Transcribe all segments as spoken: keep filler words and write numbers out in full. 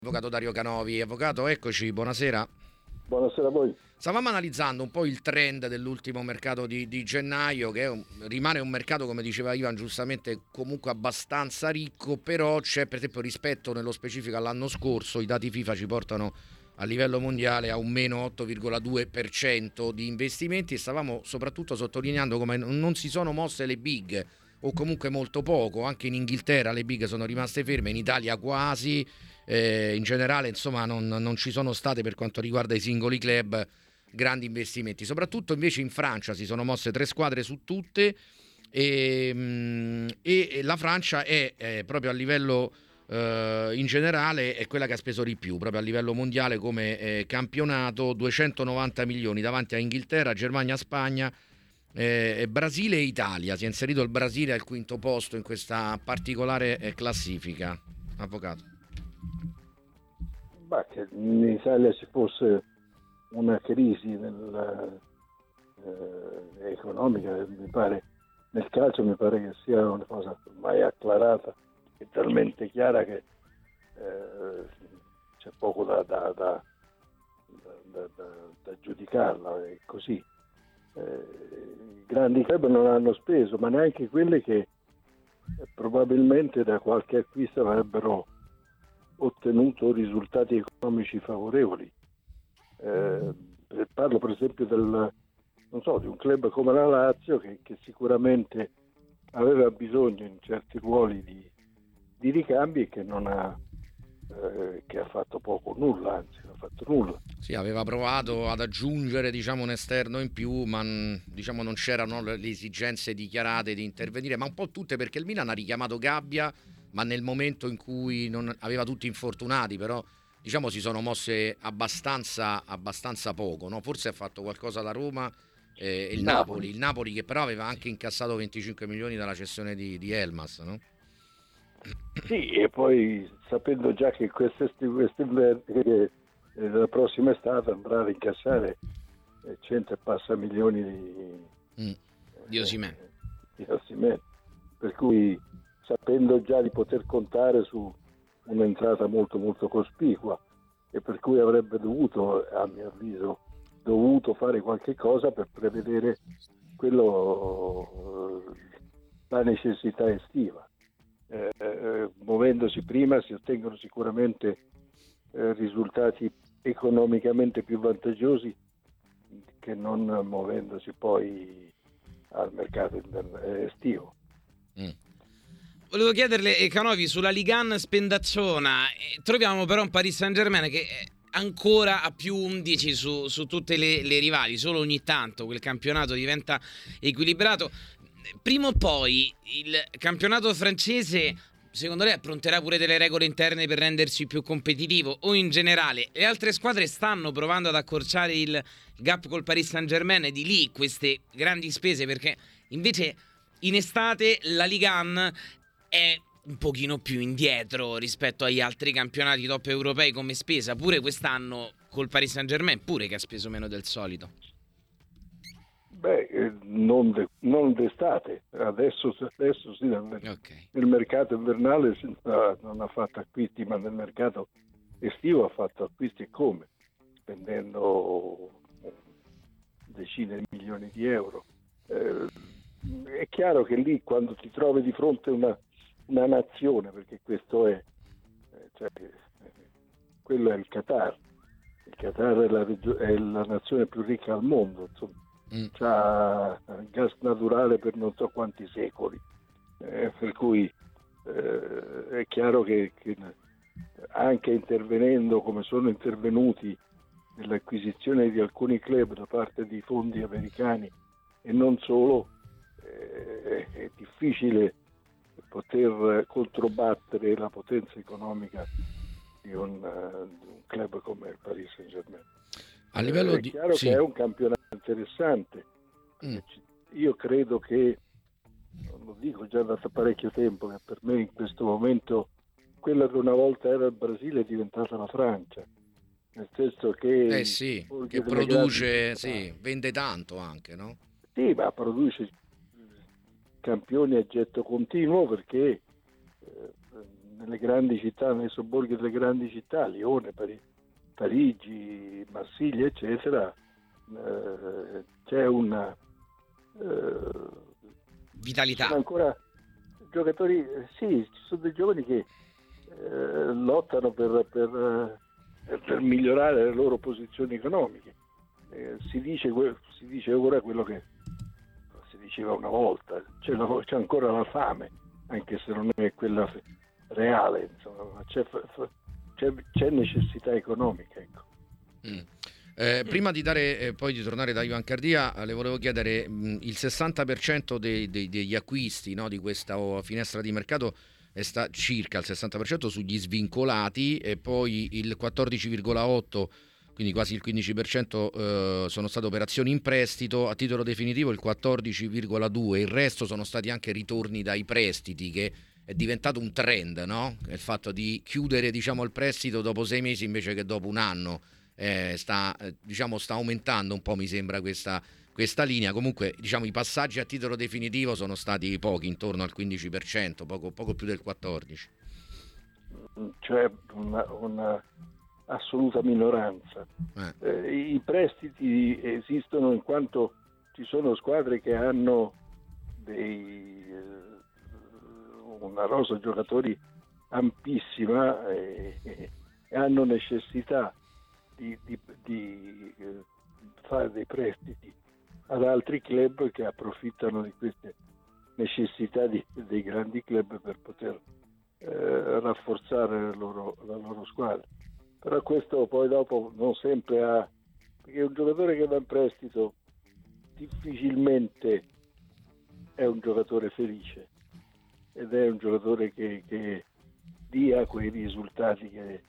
Avvocato Dario Canovi. Avvocato, eccoci, buonasera. Buonasera a voi. Stavamo analizzando un po' il trend dell'ultimo mercato di, di gennaio, che è un, rimane un mercato, come diceva Ivan, giustamente comunque abbastanza ricco, però c'è, per esempio, rispetto nello specifico all'anno scorso, i dati FIFA ci portano a livello mondiale a un meno otto virgola due per cento di investimenti, e stavamo soprattutto sottolineando come non si sono mosse le big, o comunque molto poco. Anche in Inghilterra le big sono rimaste ferme, in Italia quasi, eh, in generale insomma non, non ci sono state, per quanto riguarda i singoli club, grandi investimenti. Soprattutto invece in Francia si sono mosse tre squadre su tutte, e, e la Francia è, è proprio a livello Uh, in generale è quella che ha speso di più proprio a livello mondiale come eh, campionato, duecentonovanta milioni davanti a Inghilterra, Germania, Spagna, eh, Brasile e Italia. Si è inserito il Brasile al quinto posto in questa particolare eh, classifica. Avvocato. Bah, che in Italia ci fosse una crisi nel, eh, economica, mi pare, nel calcio mi pare che sia una cosa ormai acclarata, è talmente chiara che eh, c'è poco da, da, da, da, da, da giudicarla, è così. Eh, I grandi club non hanno speso, ma neanche quelli che probabilmente da qualche acquisto avrebbero ottenuto risultati economici favorevoli. Eh, parlo per esempio del, non so, di un club come la Lazio che, che sicuramente aveva bisogno in certi ruoli di di ricambi, che non ha eh, che ha fatto poco, nulla, anzi non ha fatto nulla. Sì, aveva provato ad aggiungere, diciamo, un esterno in più, ma diciamo non c'erano le esigenze dichiarate di intervenire, ma un po' tutte, perché il Milan ha richiamato Gabbia, ma nel momento in cui non aveva tutti infortunati, però diciamo si sono mosse abbastanza abbastanza poco, no? Forse ha fatto qualcosa la Roma, eh, il Napoli. Napoli, il Napoli che però aveva anche incassato venticinque milioni dalla cessione di, di Elmas, no? Sì, e poi sapendo già che quest'inverno, che la prossima estate andrà a ricassare cento e passa milioni di, mm, di Osimhen. Eh, di Osimhen, per cui sapendo già di poter contare su un'entrata molto molto cospicua, e per cui avrebbe dovuto, a mio avviso, dovuto fare qualche cosa per prevedere quello, la necessità estiva. Eh, eh, muovendosi prima si ottengono sicuramente eh, risultati economicamente più vantaggiosi che non muovendosi poi al mercato estivo. Mm. Volevo chiederle, Canovi, sulla Ligue uno spendacciona, eh, troviamo però un Paris Saint-Germain che è ancora a più undici su, su tutte le, le rivali, solo ogni tanto quel campionato diventa equilibrato. Prima o poi il campionato francese, secondo lei, appronterà pure delle regole interne per rendersi più competitivo, o in generale le altre squadre stanno provando ad accorciare il gap col Paris Saint-Germain, e di lì queste grandi spese, perché invece in estate la Ligue uno è un pochino più indietro rispetto agli altri campionati top europei come spesa, pure quest'anno col Paris Saint-Germain, pure che ha speso meno del solito. Beh, eh, non, de, non d'estate, adesso, adesso sì, nel, okay. nel mercato invernale si, uh, non ha fatto acquisti, ma nel mercato estivo ha fatto acquisti, come? Spendendo decine di milioni di euro. Eh, è chiaro che lì, quando ti trovi di fronte a una, una nazione, perché questo è, eh, cioè, eh, quello è il Qatar, il Qatar è la, è la nazione più ricca al mondo, insomma. Mm. C'ha gas naturale per non so quanti secoli, eh, per cui eh, è chiaro che, che anche intervenendo come sono intervenuti nell'acquisizione di alcuni club da parte di fondi americani e non solo, eh, è difficile poter controbattere la potenza economica di un, uh, di un club come il Paris Saint-Germain. A livello è di... chiaro sì. che è un campionato interessante. Mm. Io credo che, lo dico già da parecchio tempo, che per me in questo momento quella che una volta era il Brasile è diventata la Francia, nel senso che eh sì, che produce, sì, vende tanto anche, no? Sì, ma produce campioni a getto continuo, perché eh, nelle grandi città, nei sobborghi delle grandi città, Lione, Pari- Parigi, Marsiglia, eccetera, eh, c'è una eh, vitalità. Sono ancora giocatori, sì, ci sono dei giovani che eh, lottano per, per, eh, per migliorare le loro posizioni economiche. Eh, si dice, si dice ora quello che si diceva una volta, c'è, la, c'è ancora la fame, anche se non è quella reale, insomma, ma c'è, c'è, c'è necessità economica, ecco. Mm. Eh, prima di dare eh, poi di tornare da Ivan Cardia, eh, le volevo chiedere mh, il sessanta per cento dei, dei, degli acquisti, no, di questa oh, finestra di mercato è sta, circa il sessanta per cento sugli svincolati, e poi il quattordici virgola otto per cento, quindi quasi il quindici per cento eh, sono state operazioni in prestito, a titolo definitivo il quattordici virgola due per cento, il resto sono stati anche ritorni dai prestiti, che è diventato un trend, no? Il fatto di chiudere, diciamo, il prestito dopo sei mesi invece che dopo un anno. Eh, sta, eh, diciamo, sta aumentando un po', mi sembra, questa, questa linea. Comunque, diciamo, i passaggi a titolo definitivo sono stati pochi, intorno al quindici per cento, poco, poco più del quattordici per cento. Cioè una, una assoluta minoranza. Eh. Eh, i prestiti esistono in quanto ci sono squadre che hanno dei, eh, una rosa giocatori ampissima e, e hanno necessità di, di, di eh, fare dei prestiti ad altri club che approfittano di queste necessità di, dei grandi club per poter eh, rafforzare la loro, la loro squadra. Però questo poi dopo non sempre ha, perché un giocatore che va in prestito difficilmente è un giocatore felice ed è un giocatore che, che dia quei risultati che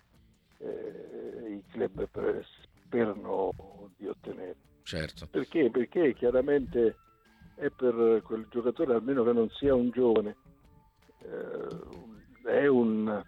eh, i club sperano di ottenere. Certo. Perché? Perché chiaramente è per quel giocatore, almeno che non sia un giovane, eh, è un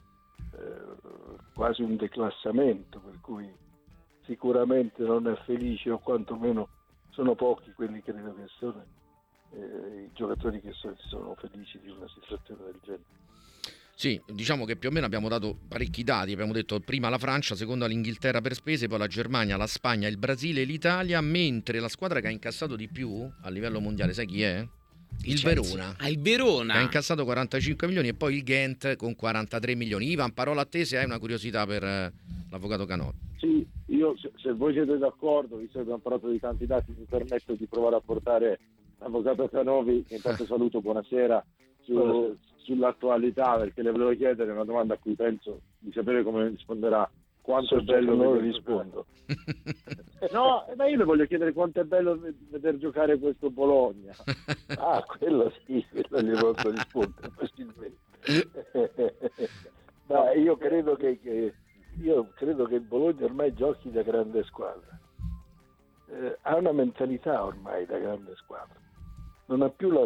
eh, quasi un declassamento, per cui sicuramente non è felice, o quantomeno sono pochi quelli che credo che sono eh, i giocatori che sono, sono felici di una situazione del genere. Sì, diciamo che più o meno abbiamo dato parecchi dati, abbiamo detto prima la Francia, seconda l'Inghilterra per spese, poi la Germania, la Spagna, il Brasile e l'Italia, mentre la squadra che ha incassato di più a livello mondiale, sai chi è? Il Chelsea. Verona. Ah, il Verona. Che ha incassato quarantacinque milioni, e poi il Ghent con quarantatré milioni. Ivan, parola a te se hai una curiosità per eh, l'avvocato Canotti. Sì, io se, se voi siete d'accordo, visto che abbiamo parlato di tanti dati, mi permetto di provare a portare l'avvocato Canovi, che intanto saluto, buonasera, su, sull'attualità, perché le volevo chiedere una domanda a cui penso di sapere come risponderà. Quanto è bello non rispondo. No, ma io le voglio chiedere quanto è bello vedere giocare questo Bologna. Ah, quello sì, quello gli posso rispondere facilmente. Ma io credo che, che io credo che il Bologna ormai giochi da grande squadra. Eh, ha una mentalità ormai da grande squadra. Non ha più la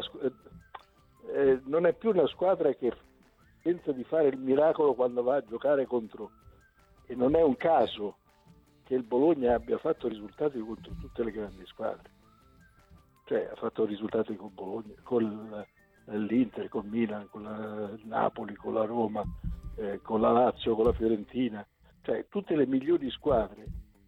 eh, non è più una squadra che pensa di fare il miracolo quando va a giocare contro. E non è un caso che il Bologna abbia fatto risultati contro tutte le grandi squadre. Cioè ha fatto risultati con Bologna, con l'Inter, con Milan, con la Napoli, con la Roma, eh, con la Lazio, con la Fiorentina. Cioè tutte le migliori squadre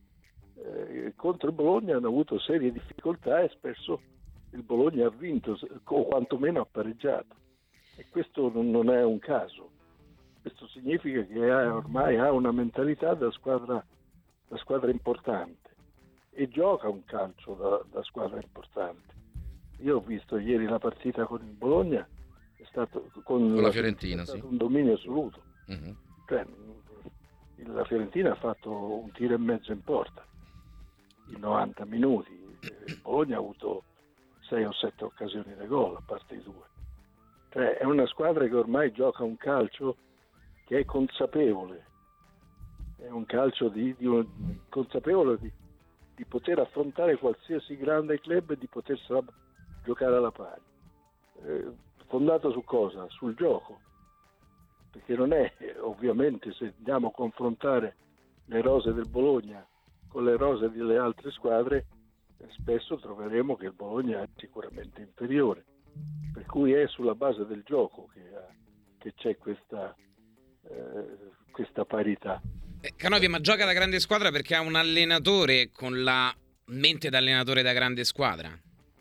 eh, contro il Bologna hanno avuto serie difficoltà e spesso il Bologna ha vinto o quantomeno ha pareggiato. E questo non, non è un caso. Questo significa che ha, ormai ha una mentalità da squadra, da squadra importante e gioca un calcio da, da squadra importante. Io ho visto ieri la partita con il Bologna, è stato con, con la Fiorentina, è stato sì. un dominio assoluto. Uh-huh. Cioè, la Fiorentina ha fatto un tiro e mezzo in porta in novanta minuti. Il Bologna ha avuto sei o sette occasioni di gol, a parte i due. Cioè, è una squadra che ormai gioca un calcio che è consapevole, è un calcio di, di un, consapevole di, di poter affrontare qualsiasi grande club e di potersela giocare alla pari. Eh, fondato su cosa? Sul gioco. Perché non è, ovviamente, se andiamo a confrontare le rose del Bologna con le rose delle altre squadre, eh, spesso troveremo che il Bologna è sicuramente inferiore. Per cui è sulla base del gioco che, che c'è questa eh, questa parità. Eh, Canovi, ma gioca da grande squadra perché ha un allenatore con la mente da allenatore da grande squadra?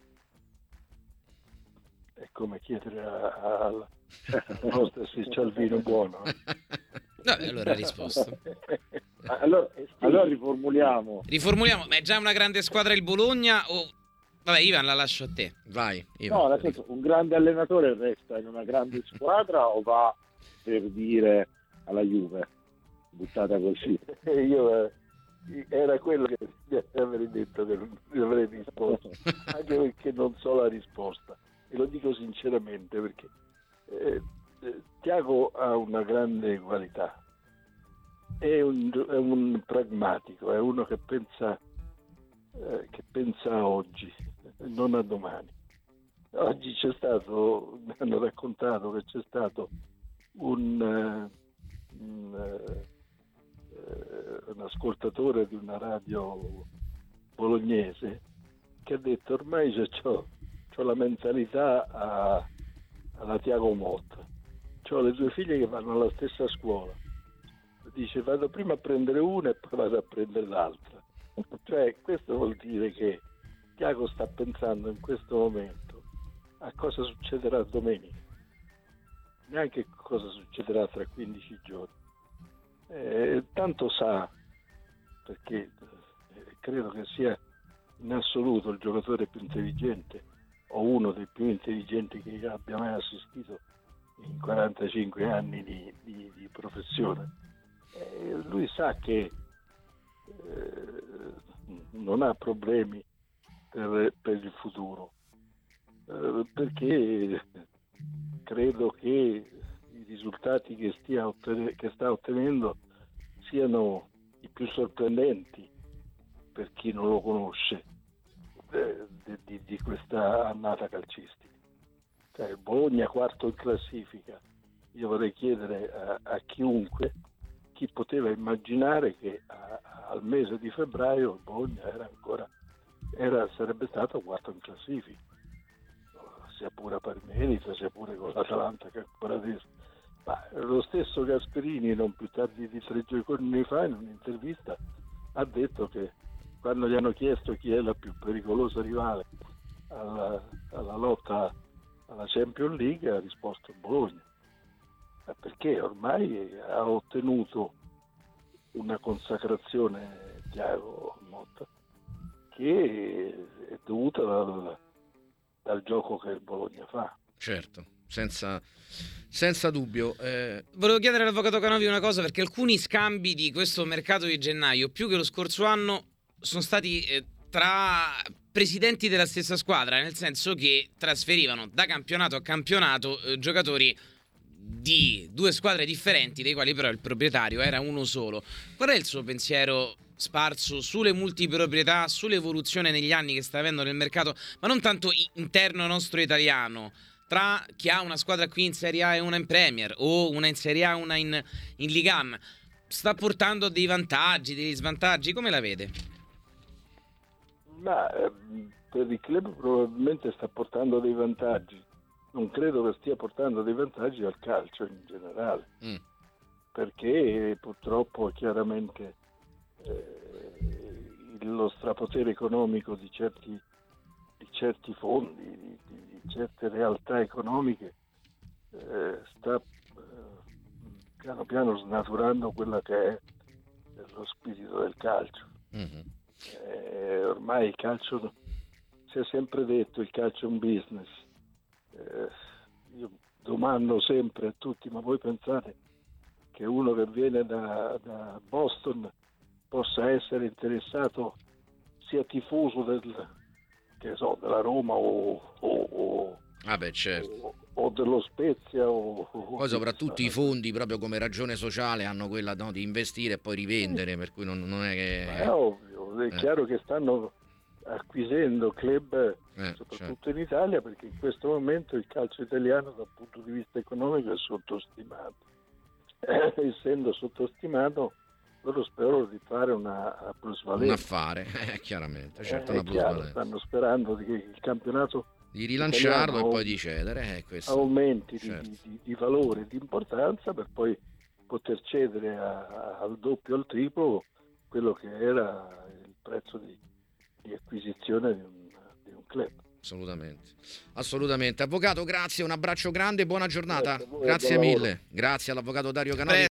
È come chiedere al nostro se c'è il vino buono. No, allora ha risposto. allora, allora riformuliamo. Riformuliamo, ma è già una grande squadra il Bologna o... Vabbè, Ivan, la lascio a te. Vai, Ivan. No, nel senso, un grande allenatore resta in una grande squadra o va, per dire, alla Juve? Buttata così. Io eh, era quello che avrei detto che non avrei risposto, anche perché non so la risposta, e lo dico sinceramente perché eh, Thiago ha una grande qualità, è un, è un pragmatico, è uno che pensa eh, che pensa a oggi, non a domani. Oggi c'è stato, mi hanno raccontato che c'è stato un, uh, un, uh, un ascoltatore di una radio bolognese che ha detto ormai c'ho, c'ho la mentalità a, alla Thiago Motta, c'ho le due figlie che vanno alla stessa scuola, dice vado prima a prendere una e poi vado a prendere l'altra. Cioè, questo vuol dire che Thiago sta pensando in questo momento a cosa succederà domenica, neanche cosa succederà tra quindici giorni. Eh, tanto sa, perché eh, credo che sia in assoluto il giocatore più intelligente o uno dei più intelligenti che abbia mai assistito in quarantacinque anni di, di, di professione. Eh, lui sa che eh, non ha problemi per, per il futuro, eh, perché credo che i risultati che, stia ottenendo, che sta ottenendo siano i più sorprendenti per chi non lo conosce eh, di, di questa annata calcistica. Cioè, il Bologna quarto in classifica. Io vorrei chiedere a, a chiunque chi poteva immaginare che a, al mese di febbraio il Bologna era ancora era, sarebbe stato quarto in classifica, sia pure a pari merito, sia pure con l'Atalanta che ancora adesso. Ma lo stesso Gasperini non più tardi di tre giorni fa in un'intervista ha detto che quando gli hanno chiesto chi è la più pericolosa rivale alla, alla lotta alla Champions League ha risposto Bologna, perché ormai ha ottenuto una consacrazione Thiago Motta che è dovuta dal, dal gioco che il Bologna fa. Certo, senza, senza dubbio. Eh... Volevo chiedere all'avvocato Canovi una cosa, perché alcuni scambi di questo mercato di gennaio, più che lo scorso anno, sono stati eh, tra presidenti della stessa squadra, nel senso che trasferivano da campionato a campionato eh, giocatori di due squadre differenti, dei quali però il proprietario era uno solo. Qual è il suo pensiero sparso sulle multiproprietà, sull'evoluzione negli anni che sta avendo nel mercato, ma non tanto interno nostro italiano, tra chi ha una squadra qui in Serie A e una in Premier, o una in Serie A e una in, in Ligan? Sta portando dei vantaggi, degli svantaggi? Come la vede? Ma eh, per il club probabilmente sta portando dei vantaggi. Non credo che stia portando dei vantaggi al calcio in generale, mm. perché purtroppo chiaramente eh, lo strapotere economico di certi, di certi fondi, di, di certe realtà economiche eh, sta eh, piano piano snaturando quella che è lo spirito del calcio. Mm-hmm. Eh, ormai il calcio, si è sempre detto, il calcio è un business. Eh, io domando sempre a tutti, ma voi pensate che uno che viene da, da Boston possa essere interessato, sia tifoso del, che so, della Roma o, o, o, ah beh, certo. o, o dello Spezia o, o poi soprattutto i fondi proprio come ragione sociale hanno quella, no, di investire e poi rivendere, per cui non, non è che è ovvio, è eh. chiaro che stanno acquisendo club eh, soprattutto certo. in Italia, perché in questo momento il calcio italiano dal punto di vista economico è sottostimato. Eh, essendo sottostimato, loro sperano di fare una plusvalenza. Un affare, eh, chiaramente, certo, eh, una plusvalenza. Stanno sperando che il campionato di rilanciarlo e poi di cedere, eh, questo. aumenti certo. di, di, di valore e di importanza per poi poter cedere a, a, al doppio o al triplo quello che era il prezzo di, di acquisizione di un, di un club. Assolutamente, assolutamente. Avvocato, grazie, un abbraccio grande, buona giornata. Grazie, grazie mille, grazie all'avvocato Dario Canovi.